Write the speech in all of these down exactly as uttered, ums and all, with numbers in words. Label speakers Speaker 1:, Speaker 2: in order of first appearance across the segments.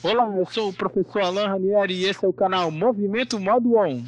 Speaker 1: Olá, eu sou o professor Alan Ranieri e esse é o canal Movimento Modo On.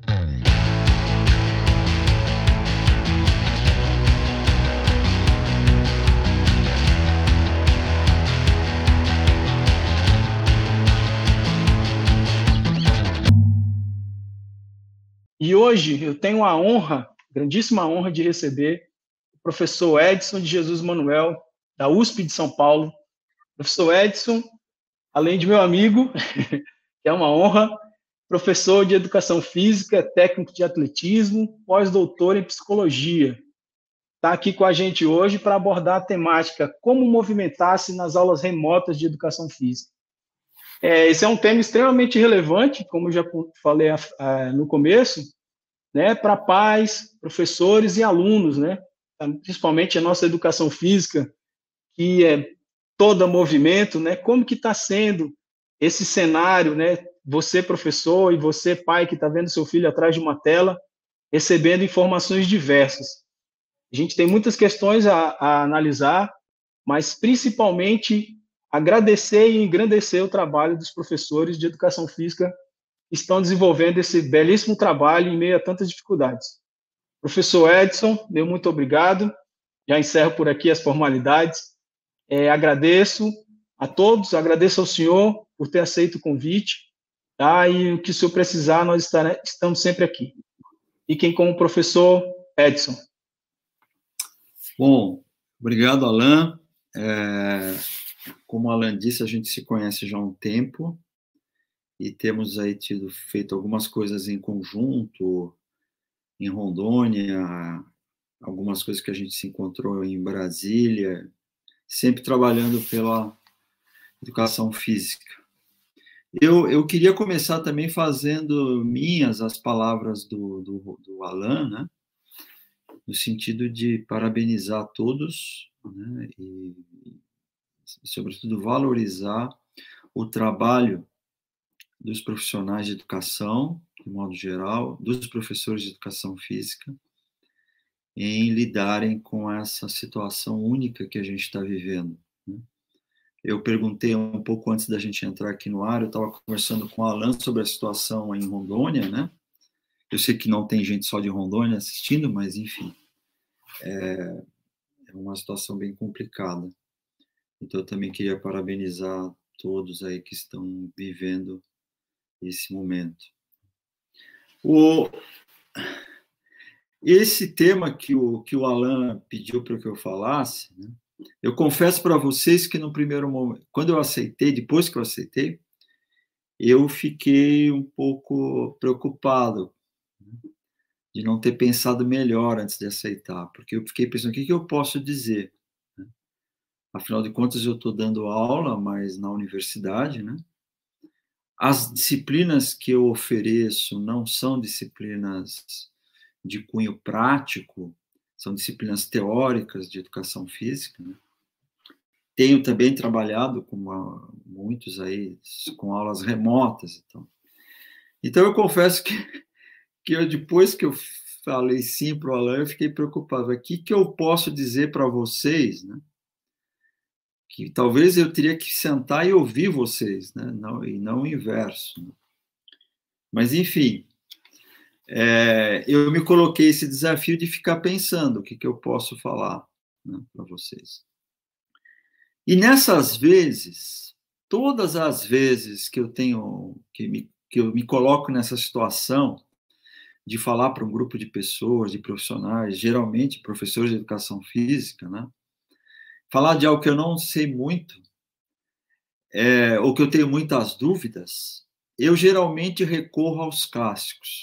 Speaker 1: E hoje eu tenho a honra, grandíssima honra de receber o professor Edson de Jesus Manuel, da U S P de São Paulo. Professor Edson, além de meu amigo, que é uma honra, professor de Educação Física, técnico de atletismo, pós-doutor em Psicologia. Está aqui com a gente hoje para abordar a temática como movimentar-se nas aulas remotas de Educação Física. É, esse é um tema extremamente relevante, como eu já falei é, no começo, né, para pais, professores e alunos, né, principalmente a nossa educação física, que é toda movimento, né, como que está sendo esse cenário, né, você professor e você pai que está vendo seu filho atrás de uma tela, recebendo informações diversas. A gente tem muitas questões a, a analisar, mas principalmente agradecer e engrandecer o trabalho dos professores de educação física que estão desenvolvendo esse belíssimo trabalho em meio a tantas dificuldades. Professor Edson, meu muito obrigado. Já encerro por aqui as formalidades. É, agradeço a todos, agradeço ao senhor por ter aceito o convite, tá? E o que o senhor precisar, nós estaremos, estamos sempre aqui. Fiquem com o professor Edson.
Speaker 2: Bom, obrigado, Alan. É, como o Alan disse, a gente se conhece já há um tempo e temos aí tido, feito algumas coisas em conjunto, em Rondônia, algumas coisas que a gente se encontrou em Brasília, sempre trabalhando pela educação física. Eu, eu queria começar também fazendo minhas as palavras do, do, do Alan, né? No sentido de parabenizar todos, né, e, sobretudo, valorizar o trabalho dos profissionais de educação, de modo geral, dos professores de educação física, em lidarem com essa situação única que a gente está vivendo. Né? Eu perguntei um pouco antes da gente entrar aqui no ar, eu estava conversando com o Alan sobre a situação em Rondônia, né? Eu sei que não tem gente só de Rondônia assistindo, mas, enfim, é, é uma situação bem complicada. Então, eu também queria parabenizar todos aí que estão vivendo esse momento. O, esse tema que o, que o Alan pediu para que eu falasse, né, eu confesso para vocês que no primeiro momento, quando eu aceitei, depois que eu aceitei, eu fiquei um pouco preocupado, né, de não ter pensado melhor antes de aceitar, porque eu fiquei pensando, o que, que eu posso dizer? Afinal de contas, eu estou dando aula, mas na universidade, né? As disciplinas que eu ofereço não são disciplinas de cunho prático, são disciplinas teóricas de educação física, né? Tenho também trabalhado com uma, muitos aí, com aulas remotas. Então, então eu confesso que, que eu, depois que eu falei sim para o Alan, eu fiquei preocupado. O que, que eu posso dizer para vocês, né? Que talvez eu teria que sentar e ouvir vocês, né? Não, e não o inverso. Né? Mas, enfim, é, eu me coloquei esse desafio de ficar pensando o que, que eu posso falar, né, para vocês. E nessas vezes, todas as vezes que eu tenho, que, me, que eu me coloco nessa situação de falar para um grupo de pessoas, de profissionais, geralmente professores de educação física, né? Falar de algo que eu não sei muito, é, ou que eu tenho muitas dúvidas, eu geralmente recorro aos clássicos.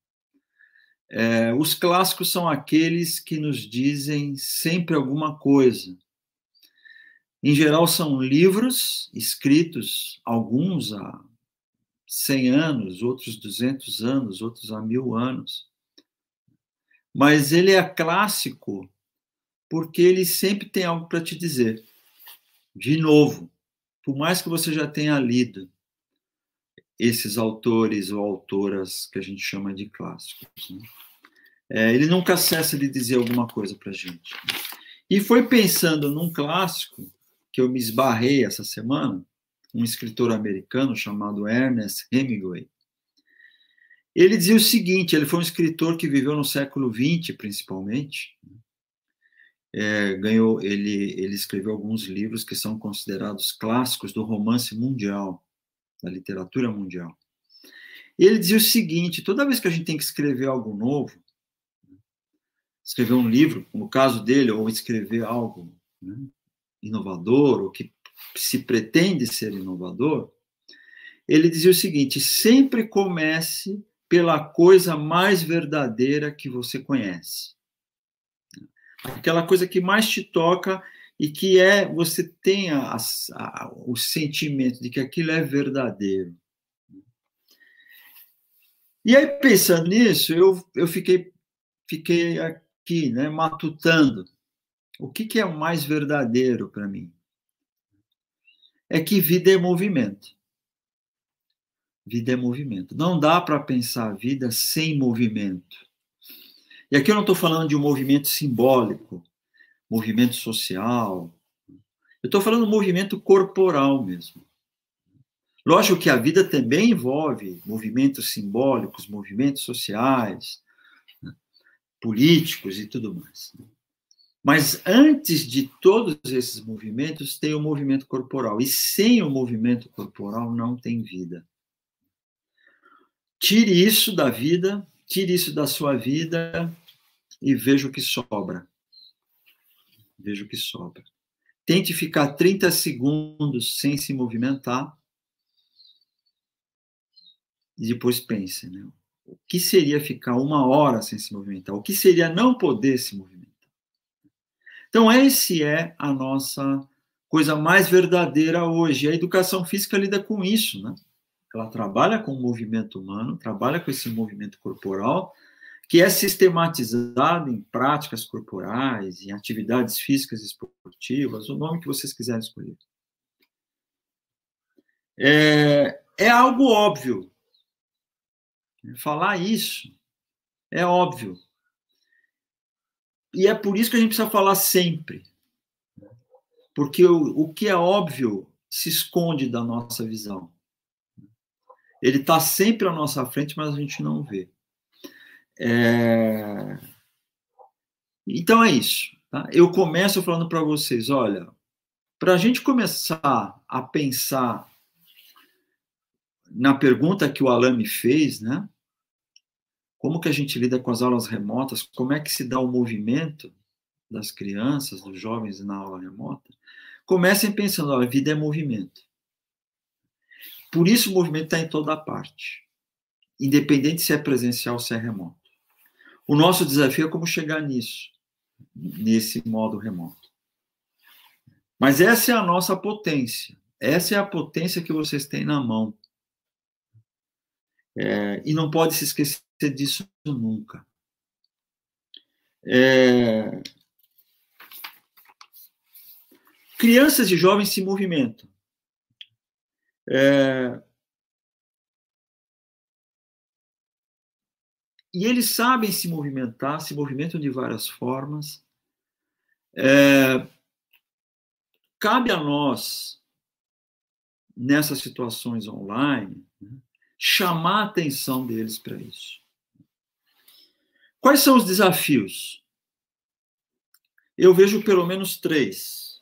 Speaker 2: É, os clássicos são aqueles que nos dizem sempre alguma coisa. Em geral, são livros escritos, alguns há cem anos, outros duzentos anos, outros há mil anos. Mas ele é clássico porque ele sempre tem algo para te dizer. De novo, por mais que você já tenha lido esses autores ou autoras que a gente chama de clássicos, né? É, ele nunca cessa de dizer alguma coisa para a gente. E foi pensando num clássico que eu me esbarrei essa semana, um escritor americano chamado Ernest Hemingway. Ele dizia o seguinte, ele foi um escritor que viveu no século vinte, principalmente. É, ganhou, ele, ele escreveu alguns livros que são considerados clássicos do romance mundial, da literatura mundial. Ele dizia o seguinte, toda vez que a gente tem que escrever algo novo, escrever um livro, no caso dele, ou escrever algo, né, inovador, ou que se pretende ser inovador, ele dizia o seguinte, sempre comece pela coisa mais verdadeira que você conhece. Aquela coisa que mais te toca e que é, você tenha a, a, o sentimento de que aquilo é verdadeiro. E aí, pensando nisso, eu, eu fiquei, fiquei aqui, né, matutando. O que, que é o mais verdadeiro para mim? É que vida é movimento. Vida é movimento. Não dá para pensar a vida sem movimento. E aqui eu não estou falando de um movimento simbólico, movimento social. Eu estou falando de um movimento corporal mesmo. Lógico que a vida também envolve movimentos simbólicos, movimentos sociais, né, políticos e tudo mais. Mas antes de todos esses movimentos, tem o movimento corporal. E sem o movimento corporal não tem vida. Tire isso da vida, tire isso da sua vida e veja o que sobra. Veja o que sobra. Tente ficar trinta segundos sem se movimentar e depois pense, né? O que seria ficar uma hora sem se movimentar? O que seria não poder se movimentar? Então, essa é a nossa coisa mais verdadeira hoje. A educação física lida com isso, né? Ela trabalha com o movimento humano, trabalha com esse movimento corporal, que é sistematizado em práticas corporais, em atividades físicas esportivas, o nome que vocês quiserem escolher. É, é algo óbvio. Falar isso é óbvio. E é por isso que a gente precisa falar sempre. Porque o, o que é óbvio se esconde da nossa visão. Ele está sempre à nossa frente, mas a gente não vê. É... Então é isso. Tá? Eu começo falando para vocês, olha, para a gente começar a pensar na pergunta que o Alan me fez, né? Como que a gente lida com as aulas remotas? Como é que se dá o movimento das crianças, dos jovens na aula remota? Comecem pensando, olha, a vida é movimento. Por isso o movimento está em toda parte, independente se é presencial ou se é remoto. O nosso desafio é como chegar nisso, nesse modo remoto. Mas essa é a nossa potência. Essa é a potência que vocês têm na mão. É, e não pode se esquecer disso nunca. É... Crianças e jovens se movimentam. É... E eles sabem se movimentar, se movimentam de várias formas. É... Cabe a nós, nessas situações online, né, chamar a atenção deles para isso. Quais são os desafios? Eu vejo pelo menos três.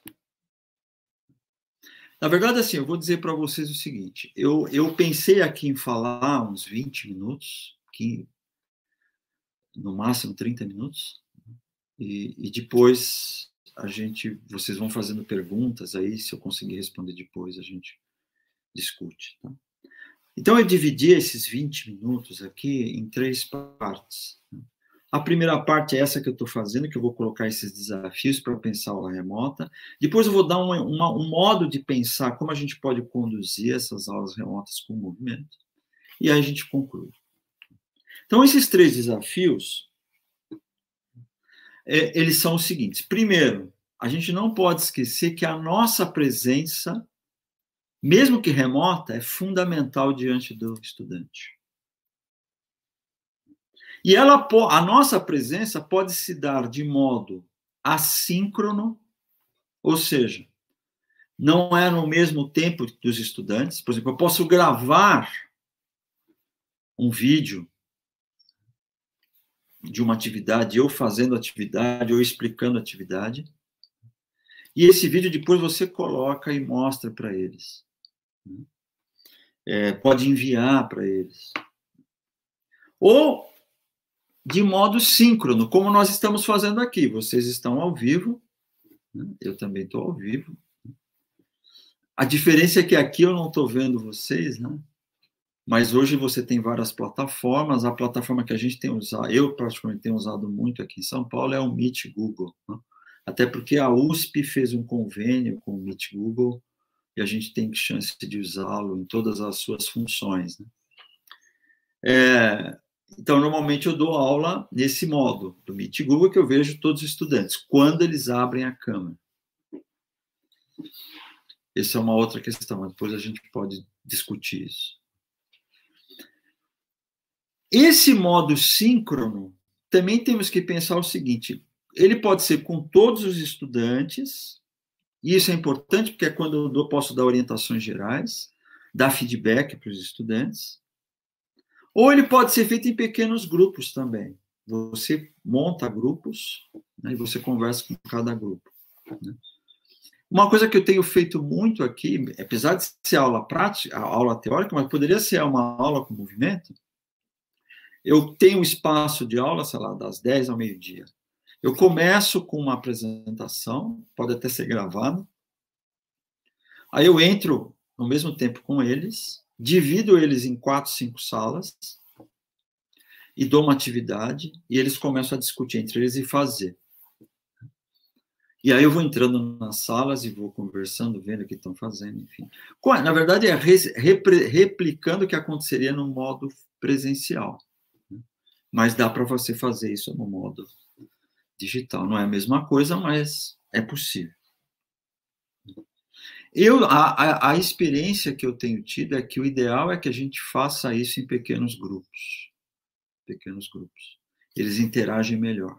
Speaker 2: Na verdade, assim, eu vou dizer para vocês o seguinte, eu, eu pensei aqui em falar uns vinte minutos, que, no máximo trinta minutos, e, e depois a gente, vocês vão fazendo perguntas aí, se eu conseguir responder depois, a gente discute. Tá? Então, eu dividi esses vinte minutos aqui em três partes. A primeira parte é essa que eu estou fazendo, que eu vou colocar esses desafios para pensar a aula remota. Depois eu vou dar uma, uma, um modo de pensar como a gente pode conduzir essas aulas remotas com movimento. E aí a gente conclui. Então, esses três desafios, é, eles são os seguintes. Primeiro, a gente não pode esquecer que a nossa presença, mesmo que remota, é fundamental diante do estudante. E ela, a nossa presença pode se dar de modo assíncrono, ou seja, não é no mesmo tempo dos estudantes. Por exemplo, eu posso gravar um vídeo de uma atividade, eu fazendo atividade, eu explicando atividade, e esse vídeo depois você coloca e mostra para eles. É, pode enviar para eles. Ou de modo síncrono, como nós estamos fazendo aqui. Vocês estão ao vivo, né? Eu também estou ao vivo. A diferença é que aqui eu não estou vendo vocês, né? Mas hoje você tem várias plataformas. A plataforma que a gente tem usado, eu praticamente tenho usado muito aqui em São Paulo, é o Meet Google, né? Até porque a U S P fez um convênio com o Meet Google e a gente tem chance de usá-lo em todas as suas funções, né? É, então, normalmente eu dou aula nesse modo, do Meet Google, que eu vejo todos os estudantes, quando eles abrem a câmera. Essa é uma outra questão, mas depois a gente pode discutir isso. Esse modo síncrono, também temos que pensar o seguinte, ele pode ser com todos os estudantes, e isso é importante, porque é quando eu posso dar orientações gerais, dar feedback para os estudantes, ou ele pode ser feito em pequenos grupos também. Você monta grupos, né, e você conversa com cada grupo, né? Uma coisa que eu tenho feito muito aqui, apesar de ser aula prática, aula teórica, mas poderia ser uma aula com movimento, eu tenho um espaço de aula, sei lá, das dez ao meio-dia. Eu começo com uma apresentação, pode até ser gravado, aí eu entro no mesmo tempo com eles, divido eles em quatro, cinco salas, e dou uma atividade, e eles começam a discutir entre eles e fazer. E aí eu vou entrando nas salas e vou conversando, vendo o que estão fazendo, enfim. Na verdade, é replicando o que aconteceria no modo presencial. Mas dá para você fazer isso no modo digital. Não é a mesma coisa, mas é possível. Eu, a, a, a experiência que eu tenho tido é que o ideal é que a gente faça isso em pequenos grupos. Pequenos grupos. Eles interagem melhor.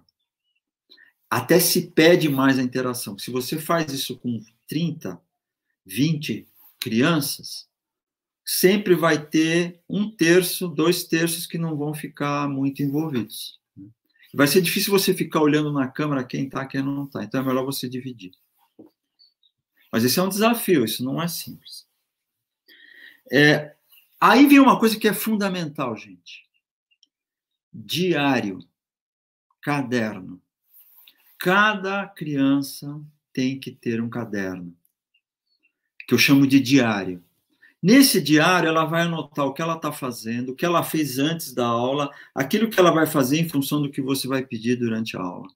Speaker 2: Até se pede mais a interação. Se você faz isso com trinta, vinte crianças, sempre vai ter um terço, dois terços que não vão ficar muito envolvidos. Vai ser difícil você ficar olhando na câmera quem está, quem não está. Então é melhor você dividir. Mas esse é um desafio, isso não é simples. É, aí vem uma coisa que é fundamental, gente. Diário, caderno. Cada criança tem que ter um caderno, que eu chamo de diário. Nesse diário, ela vai anotar o que ela está fazendo, o que ela fez antes da aula, aquilo que ela vai fazer em função do que você vai pedir durante a aula.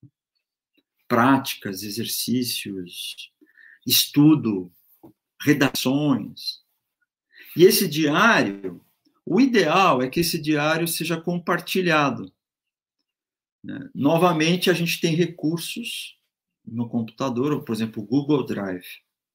Speaker 2: Práticas, exercícios, estudo, redações. E esse diário, o ideal é que esse diário seja compartilhado. Né? Novamente, a gente tem recursos no computador, por exemplo, o Google Drive,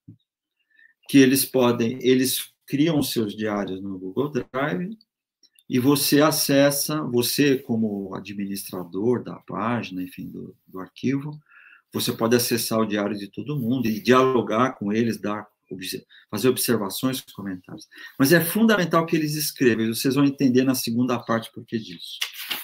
Speaker 2: que eles podem, eles criam seus diários no Google Drive e você acessa, você como administrador da página, enfim, do, do arquivo, você pode acessar o diário de todo mundo e dialogar com eles, dar, fazer observações, comentários. Mas é fundamental que eles escrevam, e vocês vão entender na segunda parte por que disso.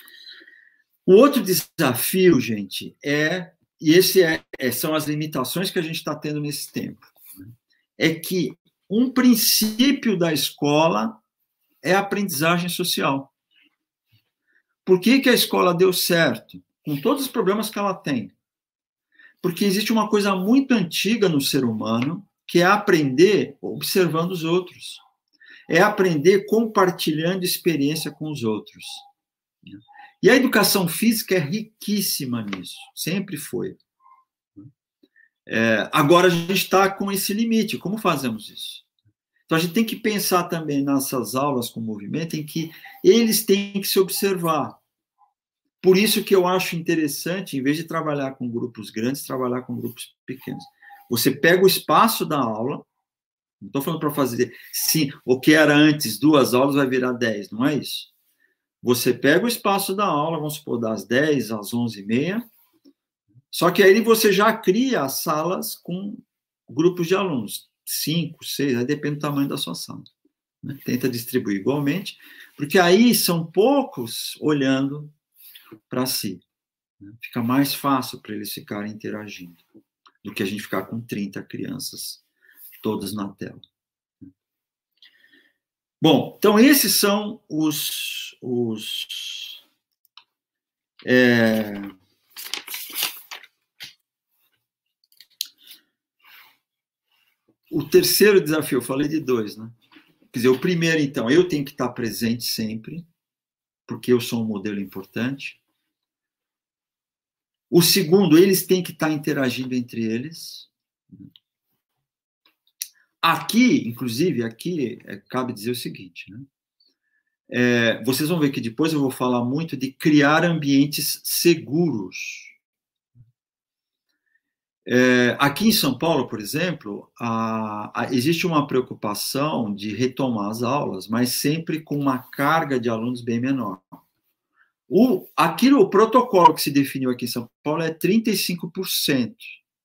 Speaker 2: O outro desafio, gente, é, e esse é, é, são as limitações que a gente está tendo nesse tempo, né? É que um princípio da escola é a aprendizagem social. Por que que a escola deu certo? Com todos os problemas que ela tem. Porque existe uma coisa muito antiga no ser humano, que é aprender observando os outros. É aprender compartilhando experiência com os outros. E a educação física é riquíssima nisso, sempre foi. É, agora a gente está com esse limite, como fazemos isso? Então a gente tem que pensar também nessas aulas com movimento em que eles têm que se observar. Por isso que eu acho interessante, em vez de trabalhar com grupos grandes, trabalhar com grupos pequenos. Você pega o espaço da aula, não estou falando para fazer, sim, o que era antes duas aulas vai virar dez, não é isso? Você pega o espaço da aula, vamos supor, das dez às onze e meia, só que aí você já cria as salas com grupos de alunos, cinco, seis, aí depende do tamanho da sua sala. Né? Tenta distribuir igualmente, porque aí são poucos olhando para si. Né? Fica mais fácil para eles ficarem interagindo do que a gente ficar com trinta crianças todas na tela. Bom, então esses são os... os é, o terceiro desafio, eu falei de dois, né? Quer dizer, o primeiro, então, eu tenho que estar presente sempre, porque eu sou um modelo importante. O segundo, eles têm que estar interagindo entre eles. Aqui, inclusive, aqui, é, cabe dizer o seguinte, né? É, vocês vão ver que depois eu vou falar muito de criar ambientes seguros. É, aqui em São Paulo, por exemplo, a, a, existe uma preocupação de retomar as aulas, mas sempre com uma carga de alunos bem menor. O, aquilo, o protocolo que se definiu aqui em São Paulo é trinta e cinco por cento.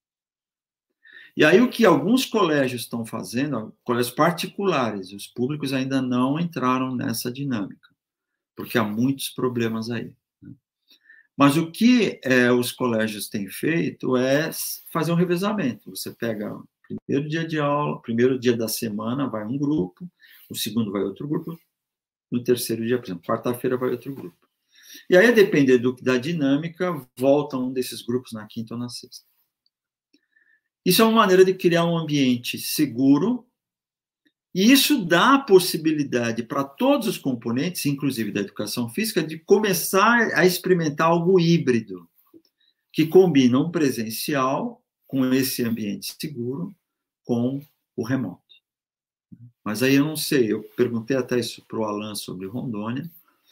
Speaker 2: E aí o que alguns colégios estão fazendo, colégios particulares, os públicos ainda não entraram nessa dinâmica, porque há muitos problemas aí. Né? Mas o que é, os colégios têm feito é fazer um revezamento. Você pega o primeiro dia de aula, primeiro dia da semana vai um grupo, o segundo vai outro grupo, no terceiro dia, por exemplo, quarta-feira vai outro grupo. E aí, a depender do, da dinâmica, volta um desses grupos na quinta ou na sexta. Isso é uma maneira de criar um ambiente seguro, e isso dá a possibilidade para todos os componentes, inclusive da educação física, de começar a experimentar algo híbrido, que combina um presencial com esse ambiente seguro, com o remoto. Mas aí eu não sei, eu perguntei até isso para o Alan sobre Rondônia,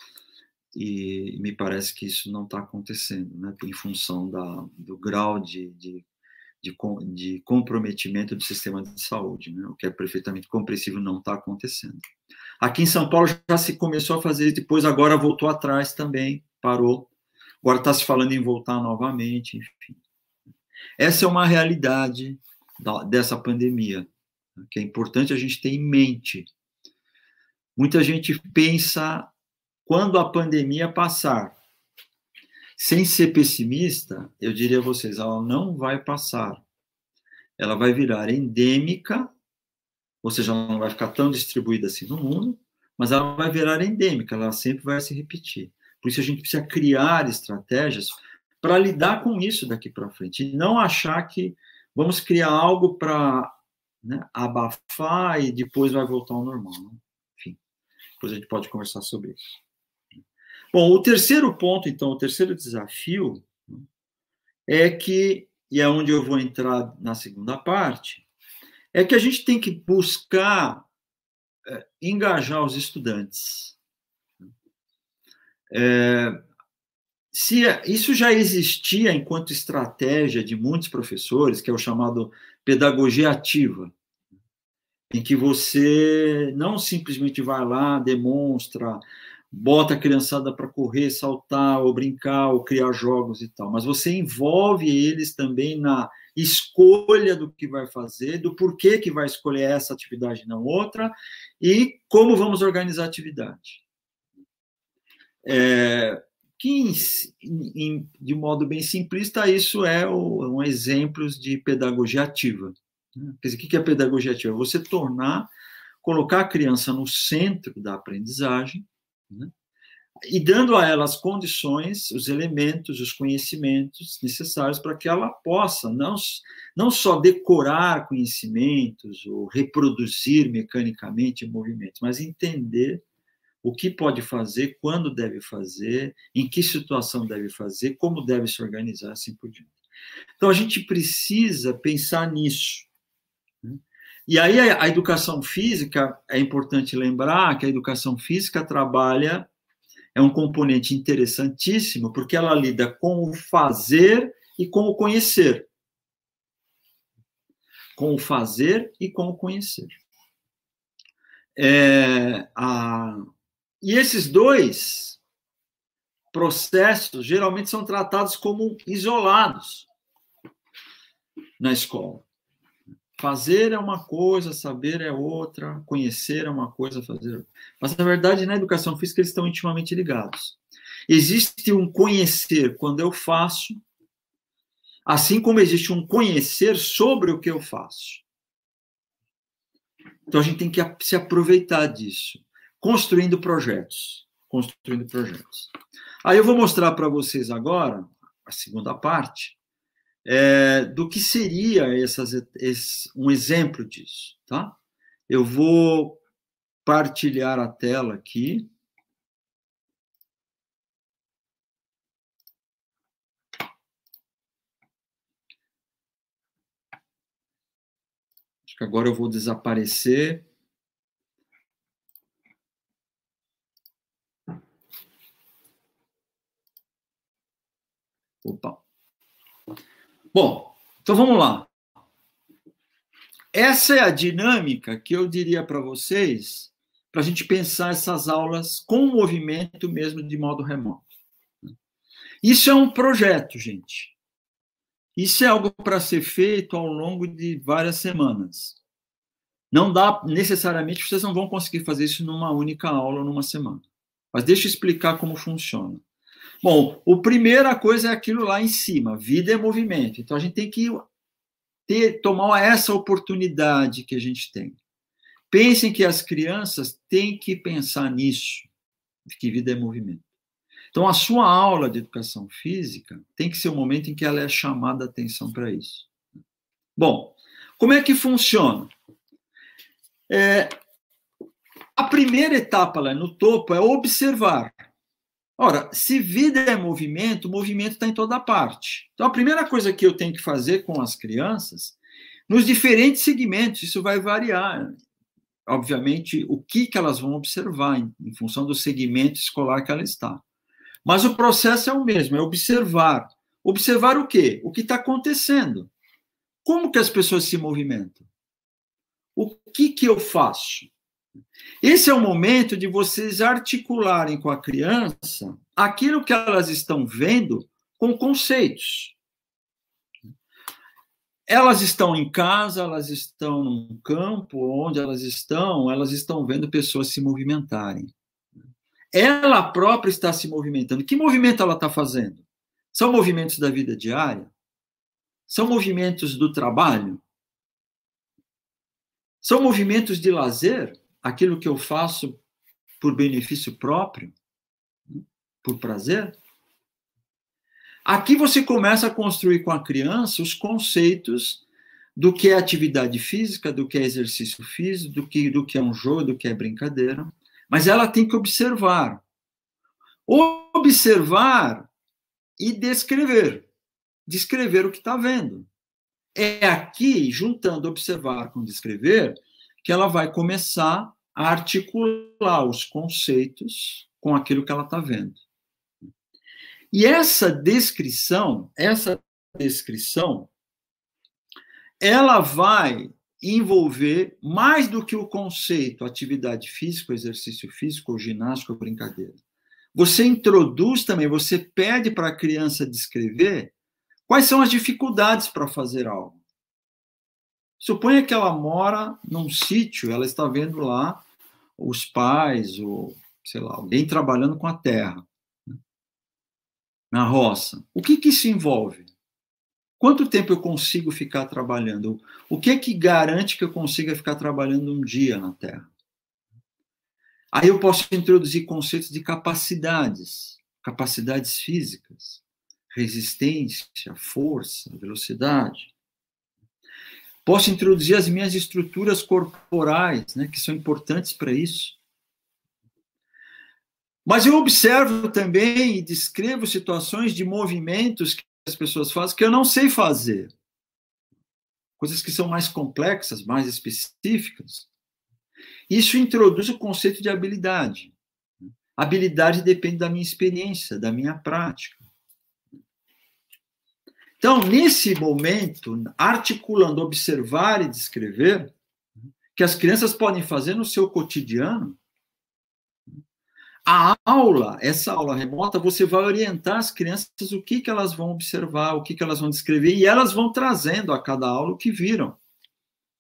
Speaker 2: e me parece que isso não está acontecendo, né? Em função da, do grau de, de, de, de comprometimento do sistema de saúde, né? O que é perfeitamente compreensível não está acontecendo. Aqui em São Paulo já se começou a fazer, depois agora voltou atrás também, parou, agora está se falando em voltar novamente, enfim. Essa é uma realidade da, dessa pandemia, que é importante a gente ter em mente. Muita gente pensa... Quando a pandemia passar, sem ser pessimista, eu diria a vocês, ela não vai passar. Ela vai virar endêmica, ou seja, ela não vai ficar tão distribuída assim no mundo, mas ela vai virar endêmica, ela sempre vai se repetir. Por isso a gente precisa criar estratégias para lidar com isso daqui para frente, e não achar que vamos criar algo para, né, abafar e depois vai voltar ao normal. Né? Enfim, depois a gente pode conversar sobre isso. Bom, o terceiro ponto, então, o terceiro desafio é que, e é onde eu vou entrar na segunda parte, é que a gente tem que buscar é, engajar os estudantes. É, se isso já existia enquanto estratégia de muitos professores, que é o chamado pedagogia ativa, em que você não simplesmente vai lá, demonstra, bota a criançada para correr, saltar, ou brincar, ou criar jogos e tal, mas você envolve eles também na escolha do que vai fazer, do porquê que vai escolher essa atividade e não outra, e como vamos organizar a atividade. É, que, em, em, de modo bem simplista, isso é o, um exemplo de pedagogia ativa. Quer dizer, o que é pedagogia ativa? Você tornar, colocar a criança no centro da aprendizagem, né? E dando a ela as condições, os elementos, os conhecimentos necessários para que ela possa não, não só decorar conhecimentos ou reproduzir mecanicamente movimentos, mas entender o que pode fazer, quando deve fazer, em que situação deve fazer, como deve se organizar, assim por diante. Então, a gente precisa pensar nisso. E aí, a educação física, é importante lembrar que a educação física trabalha, é um componente interessantíssimo, porque ela lida com o fazer e com o conhecer. Com o fazer e com o conhecer. É, a, e esses dois processos, geralmente, são tratados como isolados na escola. Fazer é uma coisa, saber é outra, conhecer é uma coisa, fazer é outra. Mas, na verdade, na educação física, eles estão intimamente ligados. Existe um conhecer quando eu faço, assim como existe um conhecer sobre o que eu faço. Então, a gente tem que se aproveitar disso, construindo projetos. Construindo projetos. Aí eu vou mostrar para vocês agora, a segunda parte, É, do que seria essas, esse, um exemplo disso, tá? Eu vou partilhar a tela aqui. Acho que agora eu vou desaparecer. Opa. Bom, então vamos lá. Essa é a dinâmica que eu diria para vocês, para a gente pensar essas aulas com o movimento mesmo de modo remoto. Isso é um projeto, gente. Isso é algo para ser feito ao longo de várias semanas. Não dá, necessariamente, vocês não vão conseguir fazer isso numa única aula, numa semana. Mas deixa eu explicar como funciona. Bom, a primeira coisa é aquilo lá em cima, vida é movimento. Então, a gente tem que ter, tomar essa oportunidade que a gente tem. Pensem que as crianças têm que pensar nisso, que vida é movimento. Então, a sua aula de educação física tem que ser o momento em que ela é chamada a atenção para isso. Bom, como é que funciona? É, a primeira etapa lá no topo é observar. Ora, se vida é movimento, o movimento está em toda parte. Então, a primeira coisa que eu tenho que fazer com as crianças, nos diferentes segmentos, isso vai variar. Obviamente, o que, que elas vão observar em, em função do segmento escolar que ela está. Mas o processo é o mesmo, é observar. Observar o quê? O que está acontecendo. Como que as pessoas se movimentam? O que, que eu faço? Esse é o momento de vocês articularem com a criança aquilo que elas estão vendo com conceitos. Elas estão em casa, elas estão num campo, onde elas estão, elas estão vendo pessoas se movimentarem. Ela própria está se movimentando. Que movimento ela está fazendo? São movimentos da vida diária? São movimentos do trabalho? São movimentos de lazer? Aquilo que eu faço por benefício próprio? Por prazer? Aqui você começa a construir com a criança os conceitos do que é atividade física, do que é exercício físico, do que, do que é um jogo, do que é brincadeira. Mas ela tem que observar. Observar e descrever. Descrever o que está vendo. É aqui, juntando observar com descrever, que ela vai começar a articular os conceitos com aquilo que ela está vendo. E essa descrição, essa descrição, ela vai envolver mais do que o conceito atividade física, exercício físico, ou ginástica, ou brincadeira. Você introduz também, você pede para a criança descrever quais são as dificuldades para fazer algo. Suponha que ela mora num sítio, ela está vendo lá os pais, ou, sei lá, alguém trabalhando com a terra, né, na roça. O que que isso envolve? Quanto tempo eu consigo ficar trabalhando? O que é que garante que eu consiga ficar trabalhando um dia na terra? Aí eu posso introduzir conceitos de capacidades, capacidades físicas, resistência, força, velocidade. Posso introduzir as minhas estruturas corporais, né, que são importantes para isso. Mas eu observo também e descrevo situações de movimentos que as pessoas fazem que eu não sei fazer. Coisas que são mais complexas, mais específicas. Isso introduz o conceito de habilidade. Habilidade depende da minha experiência, da minha prática. Então, nesse momento, articulando observar e descrever, que as crianças podem fazer no seu cotidiano, a aula, essa aula remota, você vai orientar as crianças o que, que elas vão observar, o que, que elas vão descrever, e elas vão trazendo a cada aula o que viram.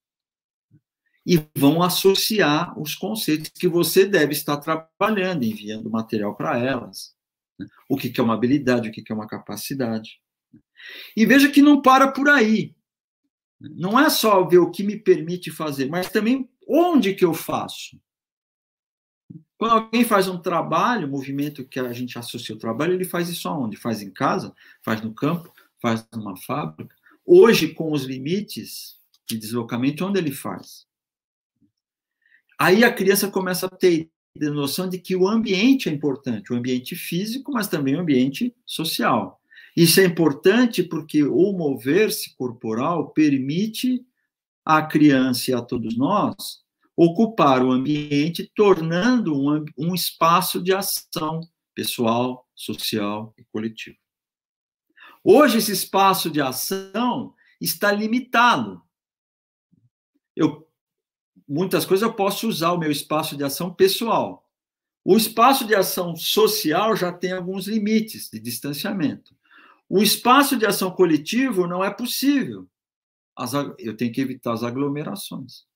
Speaker 2: e vão associar os conceitos que você deve estar trabalhando, enviando material para elas. O que é uma habilidade, o que é uma capacidade. E veja que não para por aí. Não é só ver o que me permite fazer, mas também onde que eu faço. Quando alguém faz um trabalho, movimento que a gente associa ao trabalho, ele faz isso aonde? Faz em casa, faz no campo, faz numa fábrica. Hoje, com os limites de deslocamento, onde ele faz? Aí a criança começa a ter a noção de que o ambiente é importante, o ambiente físico, mas também o ambiente social. Isso é importante porque o mover-se corporal permite à criança e a todos nós ocupar o ambiente, tornando um, um espaço de ação pessoal, social e coletivo. Hoje, esse espaço de ação está limitado. Eu, muitas coisas eu posso usar o meu espaço de ação pessoal. O espaço de ação social já tem alguns limites de distanciamento. O espaço de ação coletivo não é possível. As, eu tenho que evitar as aglomerações.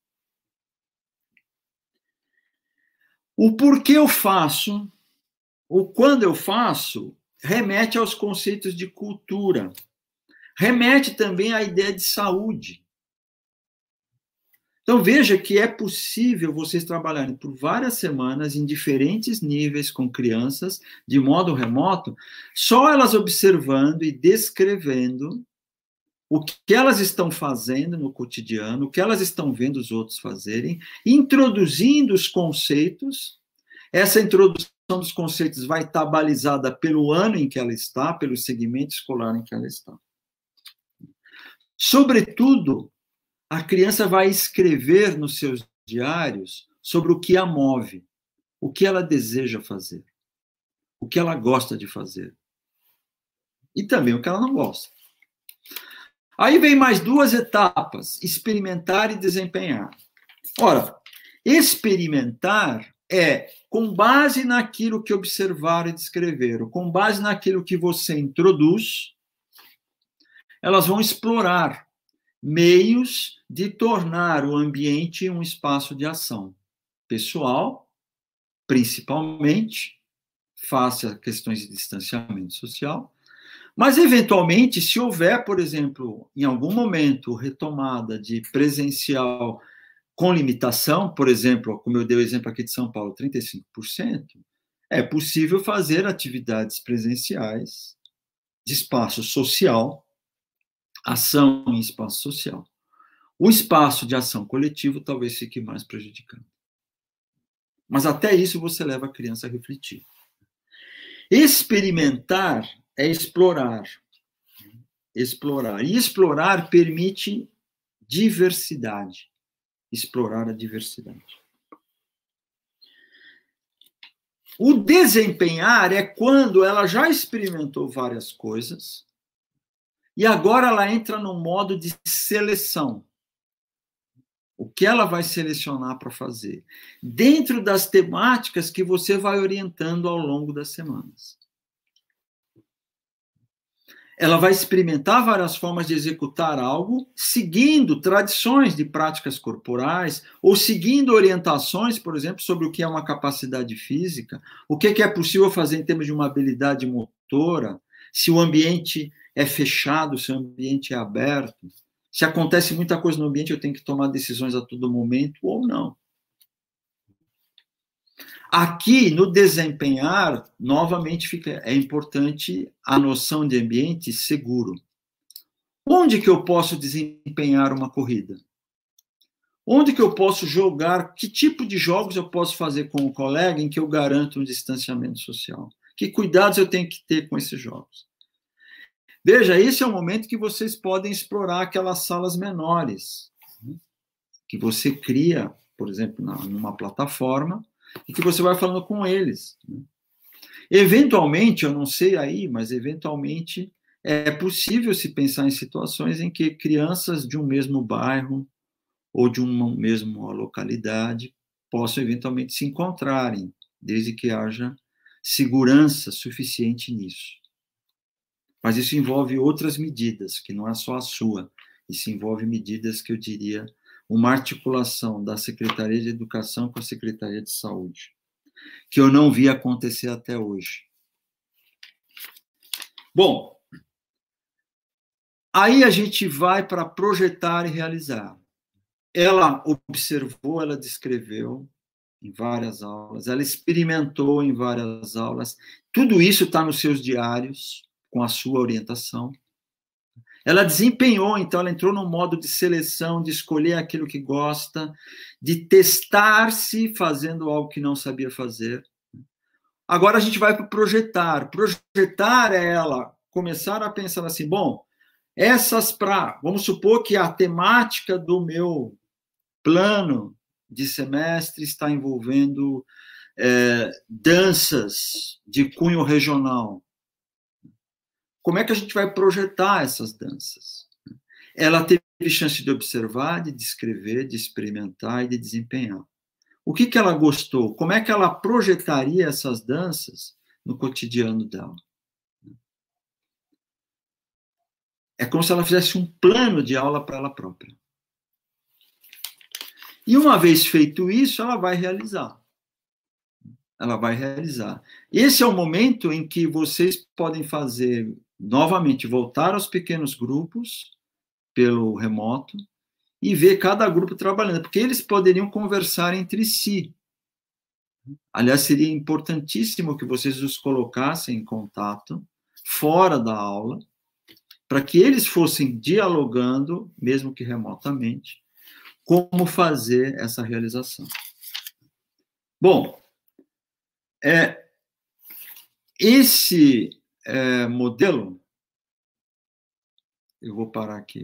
Speaker 2: O porquê eu faço, o quando eu faço, remete aos conceitos de cultura. Remete também à ideia de saúde. Então, veja que é possível vocês trabalharem por várias semanas em diferentes níveis com crianças, de modo remoto, só elas observando e descrevendo o que elas estão fazendo no cotidiano, o que elas estão vendo os outros fazerem, introduzindo os conceitos. Essa introdução dos conceitos vai estar balizada pelo ano em que ela está, pelo segmento escolar em que ela está. Sobretudo, a criança vai escrever nos seus diários sobre o que a move, o que ela deseja fazer, o que ela gosta de fazer. E também o que ela não gosta. Aí vem mais duas etapas, experimentar e desempenhar. Ora, experimentar é com base naquilo que observaram e descreveram, com base naquilo que você introduz, elas vão explorar meios de tornar o ambiente um espaço de ação pessoal, principalmente, face a questões de distanciamento social, mas, eventualmente, se houver, por exemplo, em algum momento, retomada de presencial com limitação, por exemplo, como eu dei o exemplo aqui de São Paulo, trinta e cinco por cento, é possível fazer atividades presenciais de espaço social, ação em espaço social. O espaço de ação coletivo talvez fique mais prejudicado. Mas até isso você leva a criança a refletir. Experimentar é explorar. Explorar. E explorar permite diversidade. Explorar a diversidade. O desempenhar é quando ela já experimentou várias coisas e agora ela entra no modo de seleção. O que ela vai selecionar para fazer? Dentro das temáticas que você vai orientando ao longo das semanas. Ela vai experimentar várias formas de executar algo, seguindo tradições de práticas corporais, ou seguindo orientações, por exemplo, sobre o que é uma capacidade física, o que é possível fazer em termos de uma habilidade motora, se o ambiente é fechado, se o ambiente é aberto, se acontece muita coisa no ambiente, eu tenho que tomar decisões a todo momento, ou não. Aqui, no desempenhar, novamente fica, é importante a noção de ambiente seguro. Onde que eu posso desempenhar uma corrida? Onde que eu posso jogar? Que tipo de jogos eu posso fazer com o colega em que eu garanto um distanciamento social? Que cuidados eu tenho que ter com esses jogos? Veja, esse é o momento que vocês podem explorar aquelas salas menores, que você cria, por exemplo, numa plataforma, e que você vai falando com eles. Eventualmente, eu não sei aí, mas eventualmente é possível se pensar em situações em que crianças de um mesmo bairro ou de uma mesma localidade possam eventualmente se encontrarem, desde que haja segurança suficiente nisso. Mas isso envolve outras medidas, que não é só a sua. Isso envolve medidas que eu diria uma articulação da Secretaria de Educação com a Secretaria de Saúde, que eu não vi acontecer até hoje. Bom, aí a gente vai para projetar e realizar. Ela observou, ela descreveu em várias aulas, ela experimentou em várias aulas, tudo isso está nos seus diários, com a sua orientação. Ela desempenhou, então, ela entrou no modo de seleção, de escolher aquilo que gosta, de testar-se fazendo algo que não sabia fazer. Agora a gente vai para projetar. Projetar é ela começar a pensar assim, bom, essas para, vamos supor que a temática do meu plano de semestre está envolvendo é, danças de cunho regional. Como é que a gente vai projetar essas danças? Ela teve chance de observar, de descrever, de experimentar e de desempenhar. O que, que ela gostou? Como é que ela projetaria essas danças no cotidiano dela? É como se ela fizesse um plano de aula para ela própria. E uma vez feito isso, ela vai realizar. Ela vai realizar. Esse é o momento em que vocês podem fazer, novamente, voltar aos pequenos grupos, pelo remoto, e ver cada grupo trabalhando, porque eles poderiam conversar entre si. Aliás, seria importantíssimo que vocês os colocassem em contato, fora da aula, para que eles fossem dialogando, mesmo que remotamente, como fazer essa realização. Bom, é, esse é, modelo, eu vou parar aqui.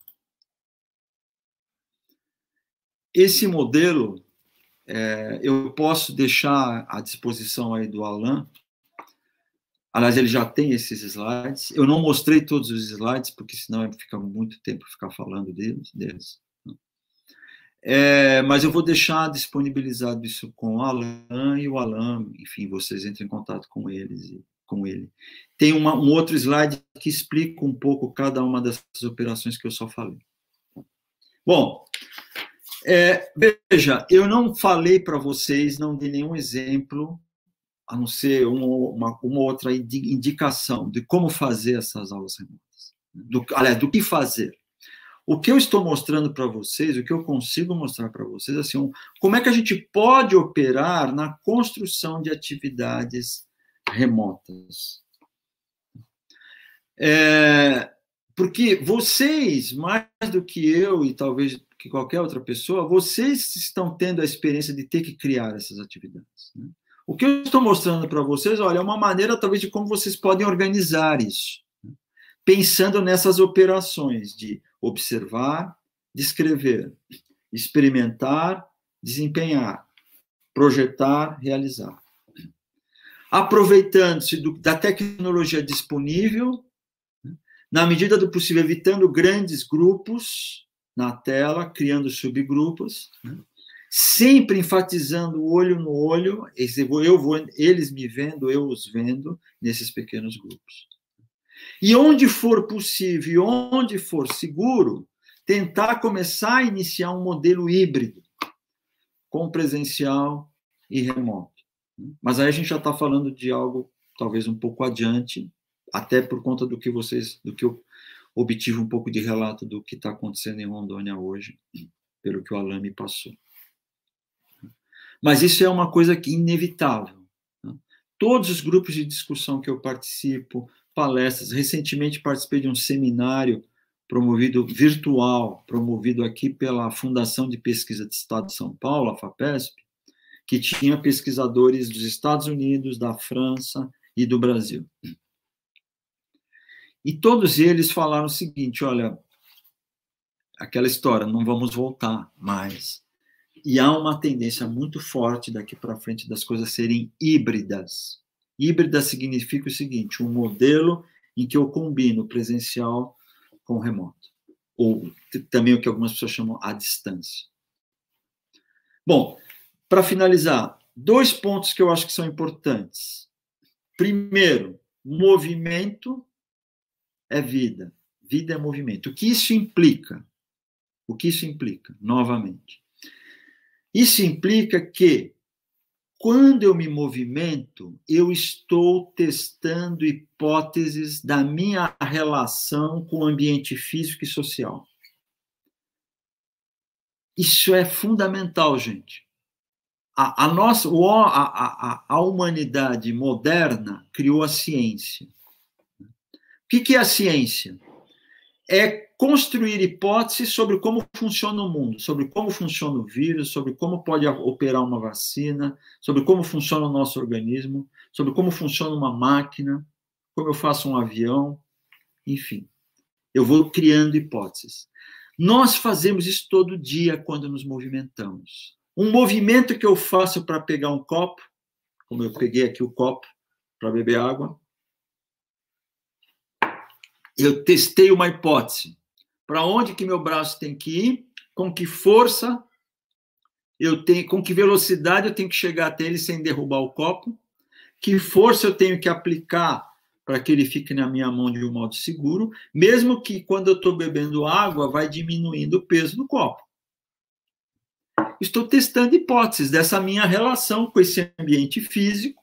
Speaker 2: Esse modelo, é, eu posso deixar à disposição aí do Alan. Aliás, ele já tem esses slides. Eu não mostrei todos os slides, porque senão fica muito tempo ficar falando deles. deles. É, mas eu vou deixar disponibilizado isso com o Alan, e o Alan, enfim, vocês entrem em contato com eles e com ele. Tem uma, um outro slide que explica um pouco cada uma dessas operações que eu só falei. Bom, é, veja, eu não falei para vocês, não dei nenhum exemplo, a não ser uma, uma, uma outra indicação de como fazer essas aulas remotas. Do, aliás, do que fazer. O que eu estou mostrando para vocês, o que eu consigo mostrar para vocês, assim, um, como é que a gente pode operar na construção de atividades remotas. É, porque vocês, mais do que eu e talvez que qualquer outra pessoa, vocês estão tendo a experiência de ter que criar essas atividades. Né? O que eu estou mostrando para vocês, olha, é uma maneira talvez de como vocês podem organizar isso, né? Pensando nessas operações de observar, descrever, experimentar, desempenhar, projetar, realizar. Aproveitando-se da tecnologia disponível, na medida do possível, evitando grandes grupos na tela, criando subgrupos, né? Sempre enfatizando o olho no olho, eu vou, eles me vendo, eu os vendo, nesses pequenos grupos. E onde for possível, onde for seguro, tentar começar a iniciar um modelo híbrido, com presencial e remoto. Mas aí a gente já está falando de algo talvez um pouco adiante, até por conta do que vocês, do que eu obtive um pouco de relato do que está acontecendo em Rondônia hoje, pelo que o Alan me passou. Mas isso é uma coisa que inevitável. Né? Todos os grupos de discussão que eu participo, palestras, recentemente participei de um seminário promovido virtual, promovido aqui pela Fundação de Pesquisa do Estado de São Paulo, a FAPESP, que tinha pesquisadores dos Estados Unidos, da França e do Brasil. E todos eles falaram o seguinte, olha, aquela história, não vamos voltar mais. E há uma tendência muito forte daqui para frente das coisas serem híbridas. Híbrida significa o seguinte, um modelo em que eu combino presencial com remoto. Ou também o que algumas pessoas chamam à distância. Bom, para finalizar, dois pontos que eu acho que são importantes. Primeiro, movimento é vida. Vida é movimento. O que isso implica? O que isso implica? Novamente. Isso implica que, quando eu me movimento, eu estou testando hipóteses da minha relação com o ambiente físico e social. Isso é fundamental, gente. A, a, nossa, a, a, a humanidade moderna criou a ciência. O que, que é a ciência? É construir hipóteses sobre como funciona o mundo, sobre como funciona o vírus, sobre como pode operar uma vacina, sobre como funciona o nosso organismo, sobre como funciona uma máquina, como eu faço um avião, enfim. Eu vou criando hipóteses. Nós fazemos isso todo dia quando nos movimentamos. Um movimento que eu faço para pegar um copo, como eu peguei aqui o copo para beber água, eu testei uma hipótese. Para onde que meu braço tem que ir, com que força eu tenho, com que velocidade eu tenho que chegar até ele sem derrubar o copo, que força eu tenho que aplicar para que ele fique na minha mão de um modo seguro, mesmo que quando eu estou bebendo água vai diminuindo o peso do copo. Estou testando hipóteses dessa minha relação com esse ambiente físico.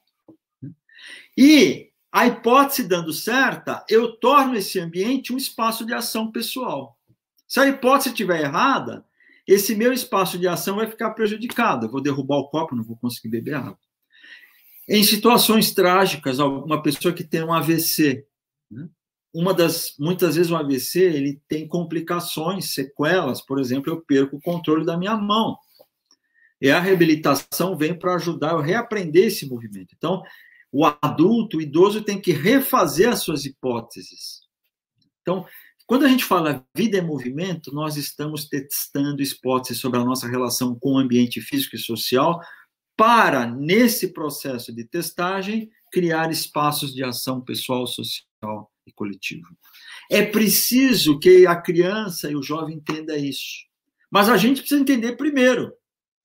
Speaker 2: E a hipótese dando certa, eu torno esse ambiente um espaço de ação pessoal. Se a hipótese estiver errada, esse meu espaço de ação vai ficar prejudicado. Eu vou derrubar o copo, não vou conseguir beber água. Em situações trágicas, uma pessoa que tem um A V C, né? Uma das, muitas vezes o A V C ele tem complicações, sequelas, por exemplo, eu perco o controle da minha mão. E a reabilitação vem para ajudar eu a reaprender esse movimento. Então, o adulto, o idoso, tem que refazer as suas hipóteses. Então, quando a gente fala vida em movimento, nós estamos testando hipóteses sobre a nossa relação com o ambiente físico e social para, nesse processo de testagem, criar espaços de ação pessoal, social e coletivo. É preciso que a criança e o jovem entendam isso. Mas a gente precisa entender primeiro.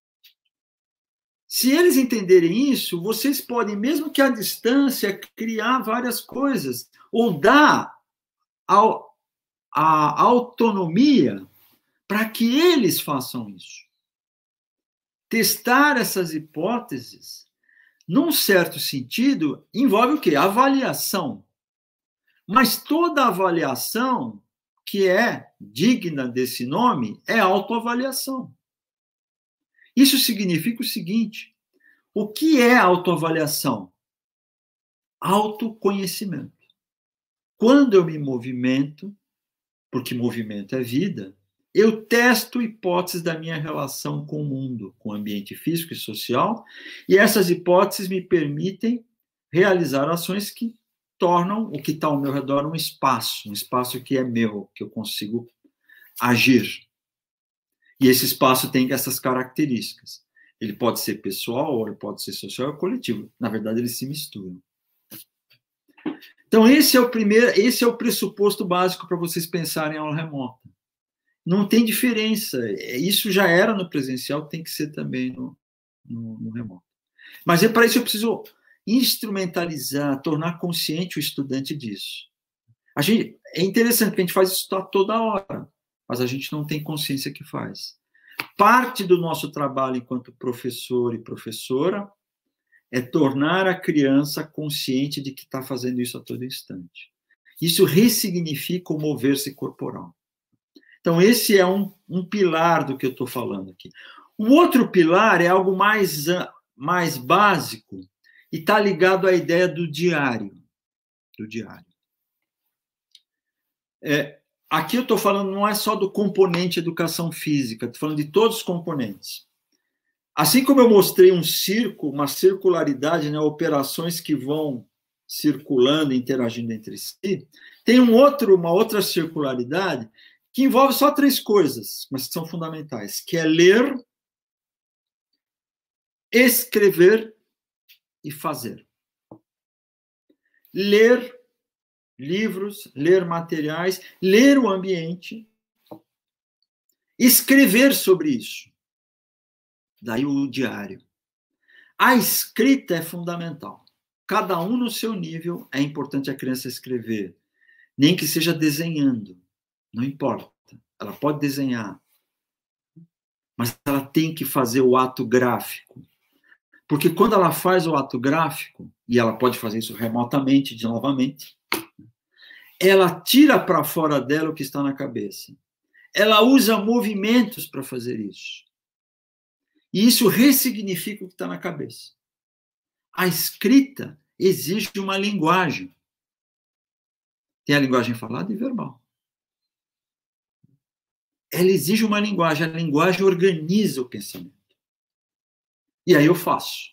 Speaker 2: Se eles entenderem isso, vocês podem, mesmo que à distância, criar várias coisas, ou dar a, a autonomia para que eles façam isso. Testar essas hipóteses, num certo sentido, envolve o quê? Avaliação. Mas toda avaliação que é digna desse nome é autoavaliação. Isso significa o seguinte: o que é autoavaliação? Autoconhecimento. Quando eu me movimento, porque movimento é vida, eu testo hipóteses da minha relação com o mundo, com o ambiente físico e social, e essas hipóteses me permitem realizar ações que tornam o que está ao meu redor um espaço, um espaço que é meu, que eu consigo agir. E esse espaço tem essas características. Ele pode ser pessoal, ou ele pode ser social ou coletivo. Na verdade, eles se misturam. Então, esse é o primeiro, esse é o pressuposto básico para vocês pensarem em aula remota. Não tem diferença. Isso já era no presencial, tem que ser também no, no, no remoto. Mas é para isso que eu preciso instrumentalizar, tornar consciente o estudante disso. A gente, é interessante que a gente faz isso toda hora, mas a gente não tem consciência que faz. Parte do nosso trabalho enquanto professor e professora é tornar a criança consciente de que está fazendo isso a todo instante. Isso ressignifica o mover-se corporal. Então, esse é um, um pilar do que eu estou falando aqui. O outro pilar é algo mais, mais básico e está ligado à ideia do diário. Do diário. É, aqui eu estou falando não é só do componente educação física, estou falando de todos os componentes. Assim como eu mostrei um círculo, uma circularidade, né, operações que vão circulando, interagindo entre si, tem um outro, uma outra circularidade que envolve só três coisas, mas que são fundamentais, que é ler, escrever e fazer. Ler livros, ler materiais, ler o ambiente, escrever sobre isso. Daí o diário. A escrita é fundamental. Cada um no seu nível, é importante a criança escrever. Nem que seja desenhando. Não importa. Ela pode desenhar. mas ela tem que fazer o ato gráfico. Porque quando ela faz o ato gráfico, e ela pode fazer isso remotamente, de novamente, ela tira para fora dela o que está na cabeça. Ela usa movimentos para fazer isso. E isso ressignifica o que está na cabeça. A escrita exige uma linguagem. Tem a linguagem falada e verbal. Ela exige uma linguagem. A linguagem organiza o pensamento. E aí eu faço.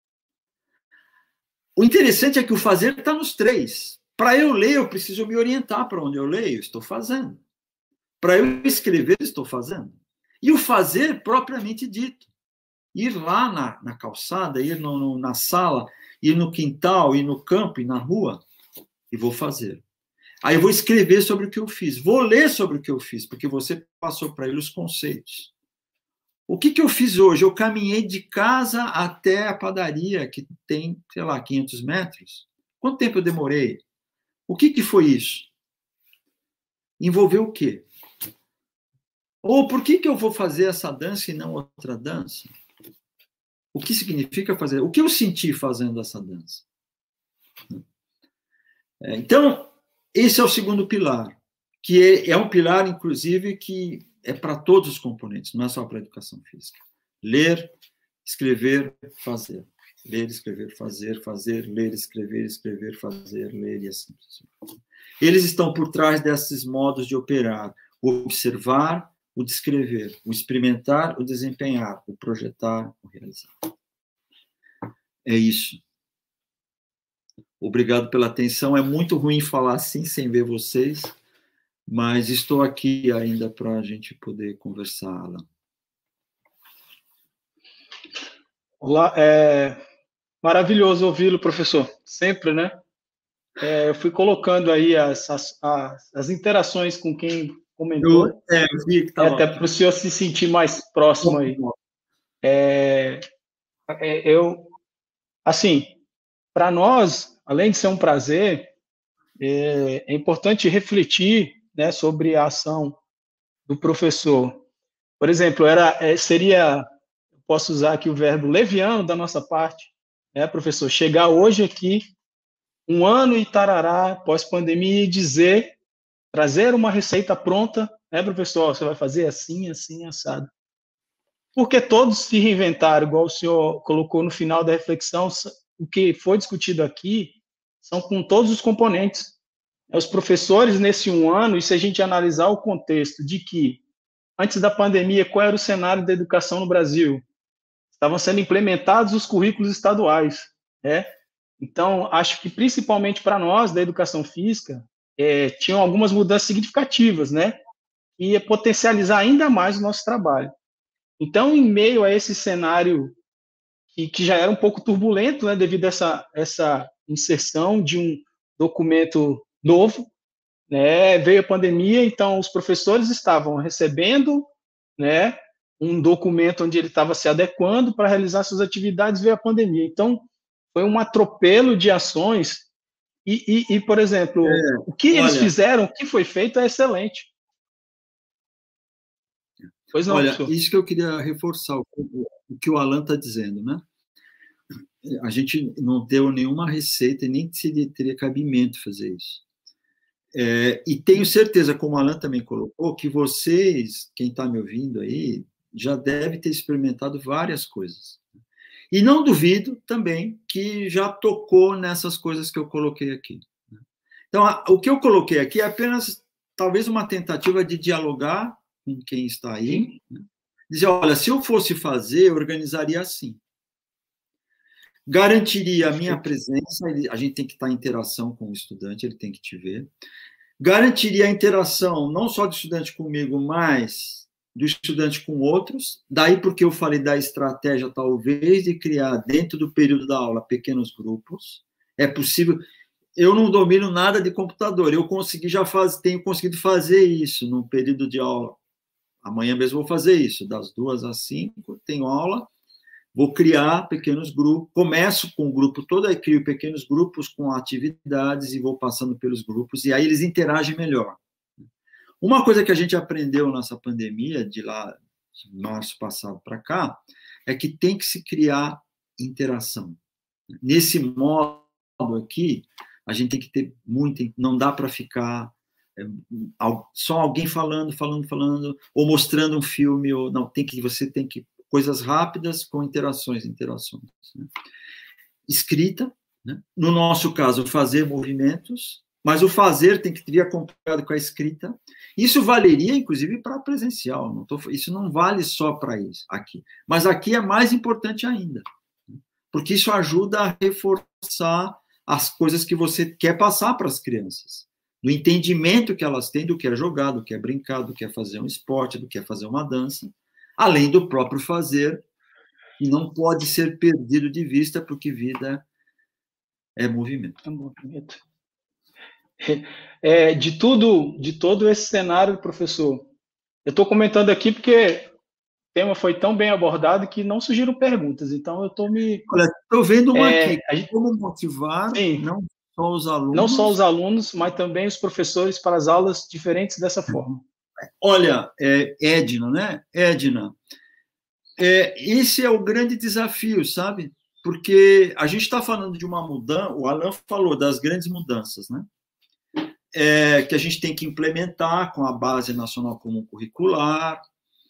Speaker 2: O interessante é que o fazer está nos três. Para eu ler, eu preciso me orientar para onde eu leio. Estou fazendo. Para eu escrever, estou fazendo. E o fazer propriamente dito. Ir lá na, na calçada, ir no, no, na sala, ir no quintal, ir no campo, ir na rua, e vou fazer. Aí eu vou escrever sobre o que eu fiz. Vou ler sobre o que eu fiz, porque você passou para ele os conceitos. O que, que eu fiz hoje? Eu caminhei de casa até a padaria, que tem, sei lá, quinhentos metros. Quanto tempo eu demorei? O que, que foi isso? Envolveu o quê? Ou por que, que eu vou fazer essa dança e não outra dança? O que significa fazer? O que eu senti fazendo essa dança? Então, esse é o segundo pilar, que é, é um pilar, inclusive, que é para todos os componentes, não é só para a educação física. Ler, escrever, fazer. Ler, escrever, fazer, fazer, ler, escrever, escrever, fazer, ler, e assim. Eles estão por trás desses modos de operar. O observar, o descrever, o experimentar, o desempenhar, o projetar, o realizar. É isso. Obrigado pela atenção. É muito ruim falar assim, sem ver vocês, mas estou aqui ainda para a gente poder conversar, Alan.
Speaker 1: Olá, é maravilhoso ouvi-lo, professor. Sempre, né? É, eu fui colocando aí as, as, as, as interações com quem comentou,
Speaker 2: eu, é, eu vi que tava...
Speaker 1: até para o senhor se sentir mais próximo aí. É, é, eu, assim, para nós, além de ser um prazer, é, é importante refletir, né, sobre a ação do professor. Por exemplo, era, é, seria, posso usar aqui o verbo leviano da nossa parte, né, professor? Chegar hoje aqui, um ano e tarará, pós-pandemia, e dizer, trazer uma receita pronta, né, professor? Você vai fazer assim, assim, assado. Porque todos se reinventaram, igual o senhor colocou no final da reflexão, o que foi discutido aqui são com todos os componentes. Os professores, nesse um ano, e se a gente analisar o contexto de que, antes da pandemia, qual era o cenário da educação no Brasil? Estavam sendo implementados os currículos estaduais, né? Então, acho que, principalmente para nós, da educação física, é, tinham algumas mudanças significativas, né? E ia potencializar ainda mais o nosso trabalho. Então, em meio a esse cenário que, que já era um pouco turbulento, né, devido a essa, essa inserção de um documento novo, né, veio a pandemia, então os professores estavam recebendo, né, um documento onde ele estava se adequando para realizar suas atividades, veio a pandemia. Então, foi um atropelo de ações e, e, e por exemplo, é, o que olha, eles fizeram, o que foi feito é excelente.
Speaker 2: Pois não, olha, professor? Isso que eu queria reforçar, o, o que o Alan está dizendo, né? A gente não deu nenhuma receita e nem seria, teria cabimento fazer isso. É, e tenho certeza, como o Alan também colocou, que vocês, quem está me ouvindo aí, já deve ter experimentado várias coisas. E não duvido também que já tocou nessas coisas que eu coloquei aqui. Então, a, o que eu coloquei aqui é apenas, talvez, uma tentativa de dialogar com quem está aí, né? Dizer, olha, se eu fosse fazer, eu organizaria assim. Garantiria a minha presença, a gente tem que estar em interação com o estudante, ele tem que te ver. Garantiria a interação não só do estudante comigo, mas do estudante com outros. Daí porque eu falei da estratégia, talvez, de criar, dentro do período da aula, pequenos grupos. É possível. Eu não domino nada de computador, eu consegui já faz, tenho conseguido fazer isso no período de aula. Amanhã mesmo vou fazer isso, das duas às cinco, tenho aula. Vou criar pequenos grupos, começo com o grupo todo, aí crio pequenos grupos com atividades e vou passando pelos grupos, e aí eles interagem melhor. Uma coisa que a gente aprendeu nessa pandemia, de lá, março passado para cá, é que tem que se criar interação. Nesse modo aqui, a gente tem que ter muito, não dá para ficar é, só alguém falando, falando, falando, ou mostrando um filme, ou não, tem que, você tem que, coisas rápidas com interações, interações. Né? Escrita, né? No nosso caso, fazer movimentos, mas o fazer tem que vir acompanhado com a escrita. Isso valeria, inclusive, para presencial. Não tô, isso não vale só para isso aqui. Mas aqui é mais importante ainda, porque isso ajuda a reforçar as coisas que você quer passar para as crianças, do entendimento que elas têm do que é jogar, do que é brincar, do que é fazer um esporte, do que é fazer uma dança, além do próprio fazer, que não pode ser perdido de vista, porque vida é movimento.
Speaker 1: É movimento. É, de tudo, de todo esse cenário, professor, eu estou comentando aqui porque o tema foi tão bem abordado que não surgiram perguntas, então eu estou me...
Speaker 2: Olha, estou vendo uma
Speaker 1: é,
Speaker 2: aqui, gente, como motivar,
Speaker 1: sim,
Speaker 2: não só os alunos...
Speaker 1: Não só os alunos, mas também os professores para as aulas diferentes dessa forma.
Speaker 2: Olha, é, Edna, né? Edna, é, esse é o grande desafio, sabe? Porque a gente está falando de uma mudança, o Alan falou das grandes mudanças, né? É, que a gente tem que implementar com a Base Nacional Comum Curricular.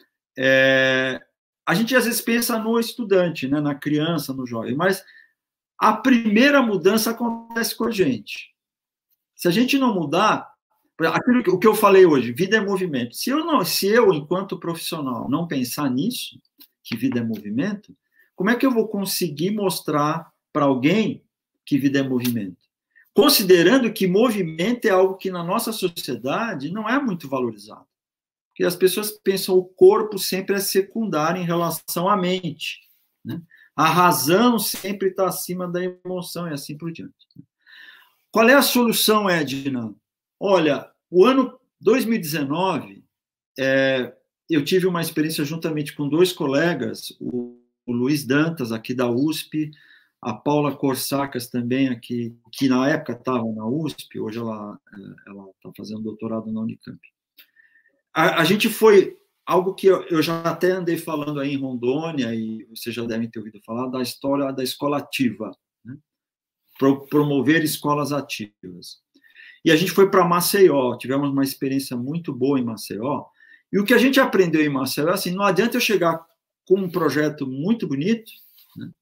Speaker 2: É, a gente às vezes pensa no estudante, né, na criança, no jovem, mas a primeira mudança acontece com a gente. Se a gente não mudar, aquilo que, o que eu falei hoje, vida é movimento. Se eu, não, se eu, enquanto profissional, não pensar nisso, que vida é movimento, como é que eu vou conseguir mostrar para alguém que vida é movimento? Considerando que movimento é algo que na nossa sociedade não é muito valorizado. Porque as pessoas pensam o corpo sempre é secundário em relação à mente. Né? A razão sempre está acima da emoção e assim por diante. Qual é a solução, Edna? Olha, o ano dois mil e dezenove, é, eu tive uma experiência juntamente com dois colegas, o, o Luiz Dantas, aqui da U S P, a Paula Corsacas também aqui, que na época estava na U S P, hoje ela está fazendo doutorado na Unicamp. A, a gente foi, algo que eu, eu já até andei falando aí em Rondônia, e vocês já devem ter ouvido falar, da história da escola ativa, né? Pro, promover escolas ativas. E a gente foi para Maceió, tivemos uma experiência muito boa em Maceió, e o que a gente aprendeu em Maceió é assim, não adianta eu chegar com um projeto muito bonito, né,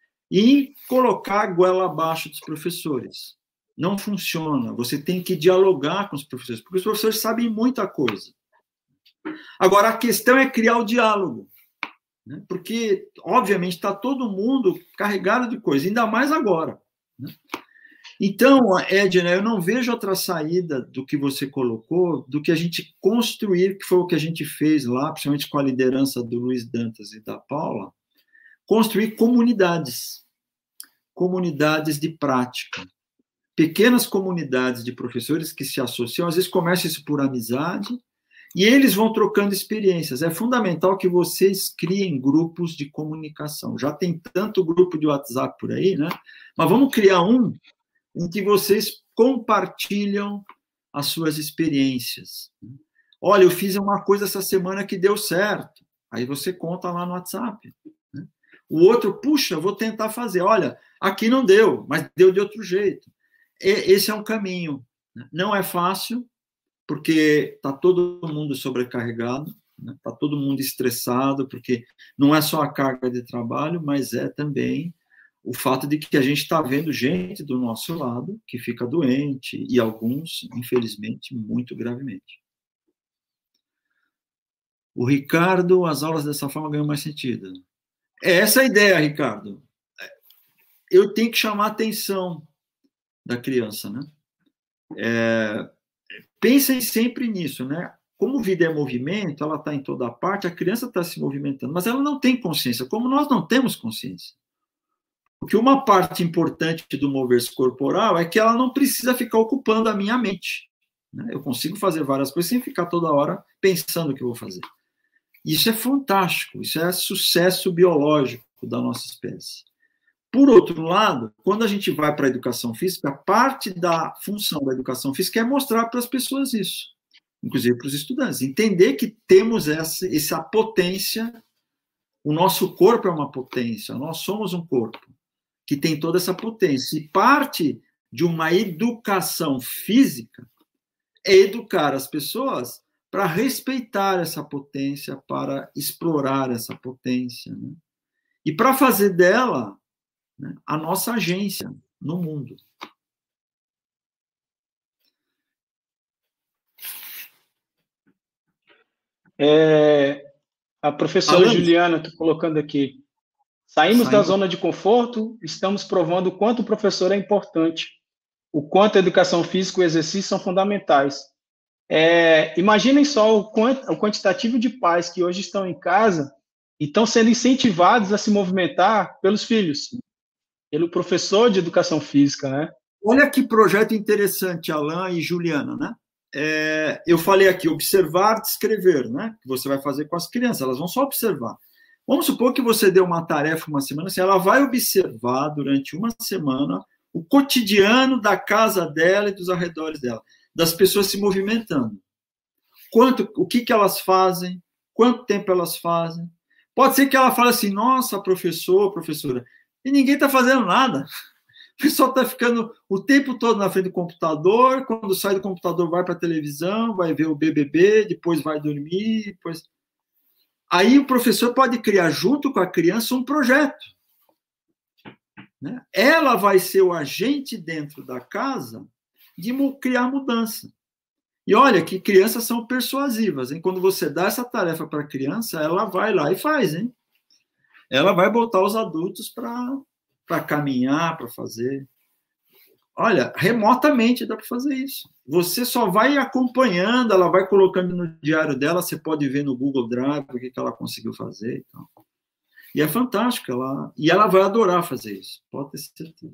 Speaker 2: e colocar a goela abaixo dos professores. Não funciona. Você tem que dialogar com os professores, porque os professores sabem muita coisa. Agora, a questão é criar o diálogo, né? Porque, obviamente, está todo mundo carregado de coisa, ainda mais agora. Né? Então, Edna, eu não vejo outra saída do que você colocou, do que a gente construir, que foi o que a gente fez lá, principalmente com a liderança do Luiz Dantas e da Paula, construir comunidades, comunidades de prática, pequenas comunidades de professores que se associam, às vezes começa isso por amizade, e eles vão trocando experiências. É fundamental que vocês criem grupos de comunicação. Já tem tanto grupo de WhatsApp por aí, né? Mas vamos criar um em que vocês compartilham as suas experiências. Olha, eu fiz uma coisa essa semana que deu certo. Aí você conta lá no WhatsApp. Né? O outro, puxa, vou tentar fazer. Olha, aqui não deu, mas deu de outro jeito. Esse é um caminho. Não é fácil, porque está todo mundo sobrecarregado, está, né? Todo mundo estressado, porque não é só a carga de trabalho, mas é também o fato de que a gente está vendo gente do nosso lado que fica doente, e alguns, infelizmente, muito gravemente. O Ricardo, as aulas dessa forma ganham mais sentido. É essa a ideia, Ricardo. Eu tenho que chamar a atenção da criança, né? É, pensem sempre nisso, né? Como vida é movimento, ela está em toda parte, a criança está se movimentando, mas ela não tem consciência, como nós não temos consciência. Porque uma parte importante do mover-se corporal é que ela não precisa ficar ocupando a minha mente. Né? Eu consigo fazer várias coisas sem ficar toda hora pensando o que eu vou fazer. Isso é fantástico, isso é sucesso biológico da nossa espécie. Por outro lado, quando a gente vai para a educação física, parte da função da educação física é mostrar para as pessoas isso. inclusive para os estudantes. Entender que temos essa, essa potência, o nosso corpo é uma potência, nós somos um corpo que tem toda essa potência. E parte de uma educação física é educar as pessoas para respeitar essa potência, para explorar essa potência, né? E para fazer dela, né, a nossa agência no mundo.
Speaker 1: É, a professora
Speaker 2: Alan,
Speaker 1: Juliana está colocando aqui. Saímos da
Speaker 2: saindo...
Speaker 1: zona de conforto, estamos provando o quanto o professor é importante, o quanto a educação física e o exercício são fundamentais. É, imaginem só o, quant, o quantitativo de pais que hoje estão em casa e estão sendo incentivados a se movimentar pelos filhos, pelo professor de educação física, né?
Speaker 2: Olha que projeto interessante, Alan e Juliana, né? É, eu falei aqui, observar, descrever, né? Que você vai fazer com as crianças, elas vão só observar. Vamos supor que você deu uma tarefa uma semana, assim, ela vai observar durante uma semana o cotidiano da casa dela e dos arredores dela, das pessoas se movimentando. Quanto, o que, que elas fazem, quanto tempo elas fazem. Pode ser que ela fale assim, nossa, professor, professora, e ninguém está fazendo nada. O pessoal está ficando o tempo todo na frente do computador, quando sai do computador vai para a televisão, vai ver o B B B, depois vai dormir, depois... Aí o professor pode criar, junto com a criança, um projeto. Né? Ela vai ser o agente dentro da casa de criar mudança. E olha que crianças são persuasivas, hein? Quando você dá essa tarefa para a criança, ela vai lá e faz, hein? Ela vai botar os adultos para caminhar, para fazer. Olha, remotamente dá para fazer isso. Você só vai acompanhando, ela vai colocando no diário dela, você pode ver no Google Drive o que ela conseguiu fazer. Então. E é fantástico, ela, e ela vai adorar fazer isso, pode ter certeza.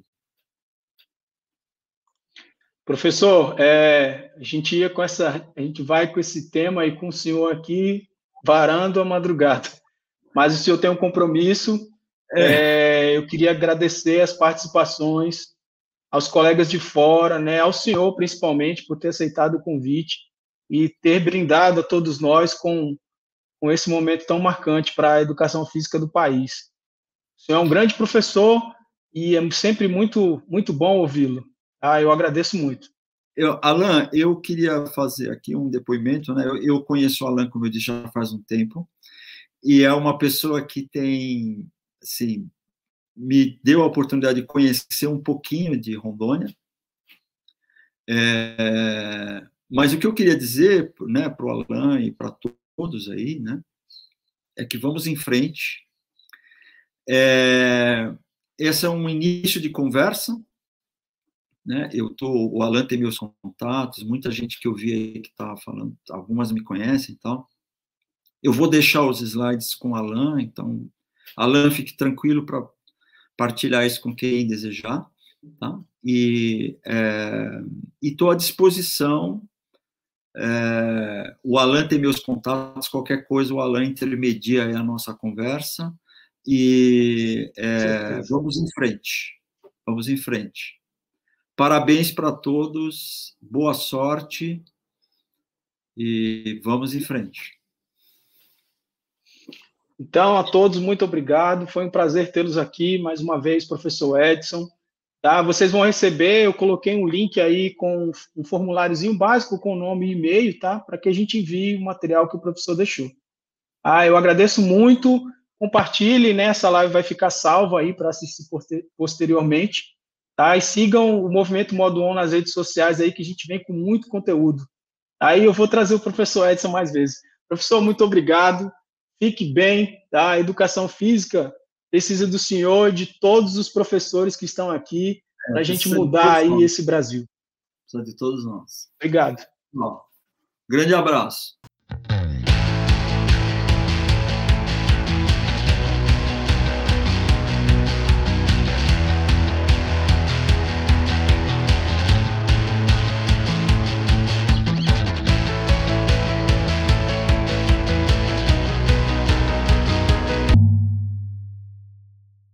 Speaker 1: Professor, é, a gente ia com essa, a gente vai com esse tema aí com o senhor aqui varando a madrugada. Mas o senhor tem um compromisso. É. É, eu queria agradecer as participações, aos colegas de fora, né, ao senhor principalmente por ter aceitado o convite e ter brindado a todos nós com, com esse momento tão marcante para a educação física do país. O senhor é um grande professor e é sempre muito, muito bom ouvi-lo. Ah, eu agradeço muito.
Speaker 2: Eu, Alan, eu queria fazer aqui um depoimento, né? Eu, eu conheço o Alan, como eu disse, já faz um tempo, e é uma pessoa que tem, assim, me deu a oportunidade de conhecer um pouquinho de Rondônia. É, mas o que eu queria dizer, né, para o Alan e para todos aí, né, é que vamos em frente. É, esse é um início de conversa, né? Eu tô, o Alan tem meus contatos, muita gente que eu vi aí que estava falando, algumas me conhecem e tal. Eu vou deixar os slides com o Alan, então, Alan, fique tranquilo para partilhar isso com quem desejar, tá? E é, estou à disposição. É, o Alan tem meus contatos, qualquer coisa, o Alan intermedia aí a nossa conversa e é, vamos em frente, vamos em frente. Parabéns para todos, boa sorte e vamos em frente.
Speaker 1: Então, a todos, muito obrigado. Foi um prazer tê-los aqui mais uma vez, professor Edson. Tá? Vocês vão receber, eu coloquei um link aí com um formuláriozinho básico com nome e e-mail, tá? Para que a gente envie o material que o professor deixou. Ah, eu agradeço muito. Compartilhe, né? Essa live vai ficar salva aí para assistir posteriormente. Tá? E sigam o Movimento Modo On nas redes sociais aí, que a gente vem com muito conteúdo. Aí eu vou trazer o professor Edson mais vezes. Professor, muito obrigado. Fique bem, tá? A educação física precisa do senhor e de todos os professores que estão aqui é, para a gente mudar aí nós. Esse Brasil.
Speaker 2: Precisa de todos nós.
Speaker 1: Obrigado.
Speaker 2: Bom, grande abraço.